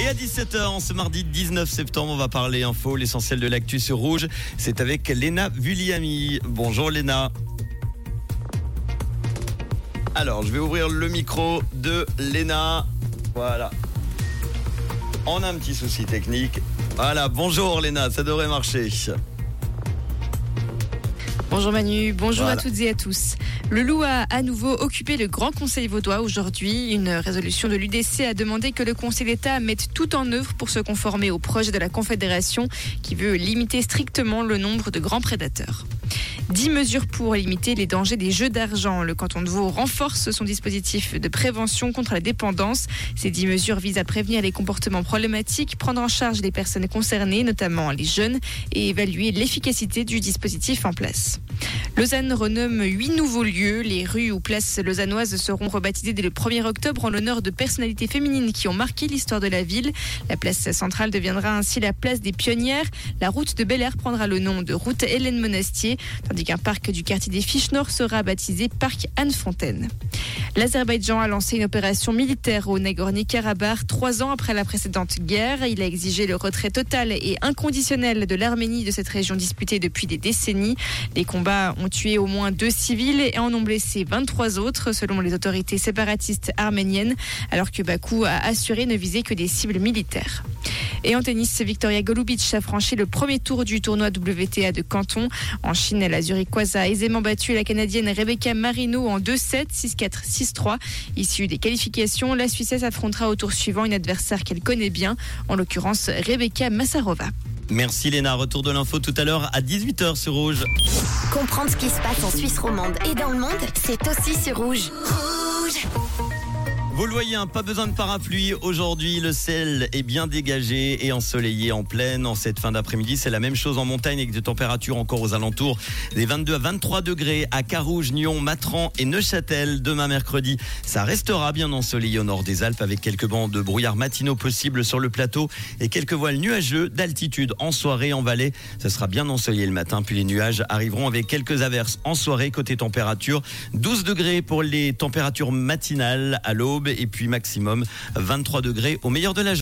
Et à 17h, ce mardi 19 septembre, on va parler info, l'essentiel de l'actu sur Rouge. C'est avec Léna Vulliamy. Bonjour Léna. Alors, je vais ouvrir le micro de Léna. Voilà. On a un petit souci technique. Voilà, bonjour Léna, ça devrait marcher. Bonjour Manu, bonjour à toutes et à tous. Le loup a à nouveau occupé le Grand Conseil vaudois aujourd'hui. Une résolution de l'UDC a demandé que le Conseil d'État mette tout en œuvre pour se conformer au projet de la Confédération qui veut limiter strictement le nombre de grands prédateurs. 10 mesures pour limiter les dangers des jeux d'argent. Le canton de Vaud renforce son dispositif de prévention contre la dépendance. Ces 10 mesures visent à prévenir les comportements problématiques, prendre en charge les personnes concernées, notamment les jeunes, et évaluer l'efficacité du dispositif en place. Lausanne renomme 8 nouveaux lieux. Les rues ou places lausannoises seront rebaptisées dès le 1er octobre en l'honneur de personnalités féminines qui ont marqué l'histoire de la ville. La place centrale deviendra ainsi la place des pionnières. La route de Bel Air prendra le nom de route Hélène Monastier, tandis qu'un parc du quartier des Fiches Nord sera baptisé parc Anne Fontaine. L'Azerbaïdjan a lancé une opération militaire au Nagorno-Karabakh 3 ans après la précédente guerre. Il a exigé le retrait total et inconditionnel de l'Arménie de cette région disputée depuis des décennies. Les combats ont tué au moins 2 civils et en ont blessé 23 autres selon les autorités séparatistes arméniennes, alors que Bakou a assuré ne viser que des cibles militaires. Et en tennis, Victoria Golubic a franchi le premier tour du tournoi WTA de Canton. En Chine, la Zurichoise a aisément battu la Canadienne Rebecca Marino en 2-7, 6-4, 6-3. Issue des qualifications, la Suissesse affrontera au tour suivant une adversaire qu'elle connaît bien, en l'occurrence Rebecca Massarova. Merci Léna, retour de l'info tout à l'heure à 18h sur Rouge. Comprendre ce qui se passe en Suisse romande et dans le monde, c'est aussi sur Rouge. Rouge. Vous le voyez, pas besoin de parapluie. Aujourd'hui, le ciel est bien dégagé et ensoleillé en pleine. En cette fin d'après-midi, c'est la même chose en montagne avec des températures encore aux alentours des 22 à 23 degrés à Carouge, Nyon, Matran et Neuchâtel. Demain mercredi, ça restera bien ensoleillé au nord des Alpes avec quelques bancs de brouillard matinaux possibles sur le plateau et quelques voiles nuageux d'altitude en soirée en vallée. Ça sera bien ensoleillé le matin, puis les nuages arriveront avec quelques averses en soirée. Côté température, 12 degrés pour les températures matinales à l'aube et puis maximum 23 degrés au meilleur de la journée.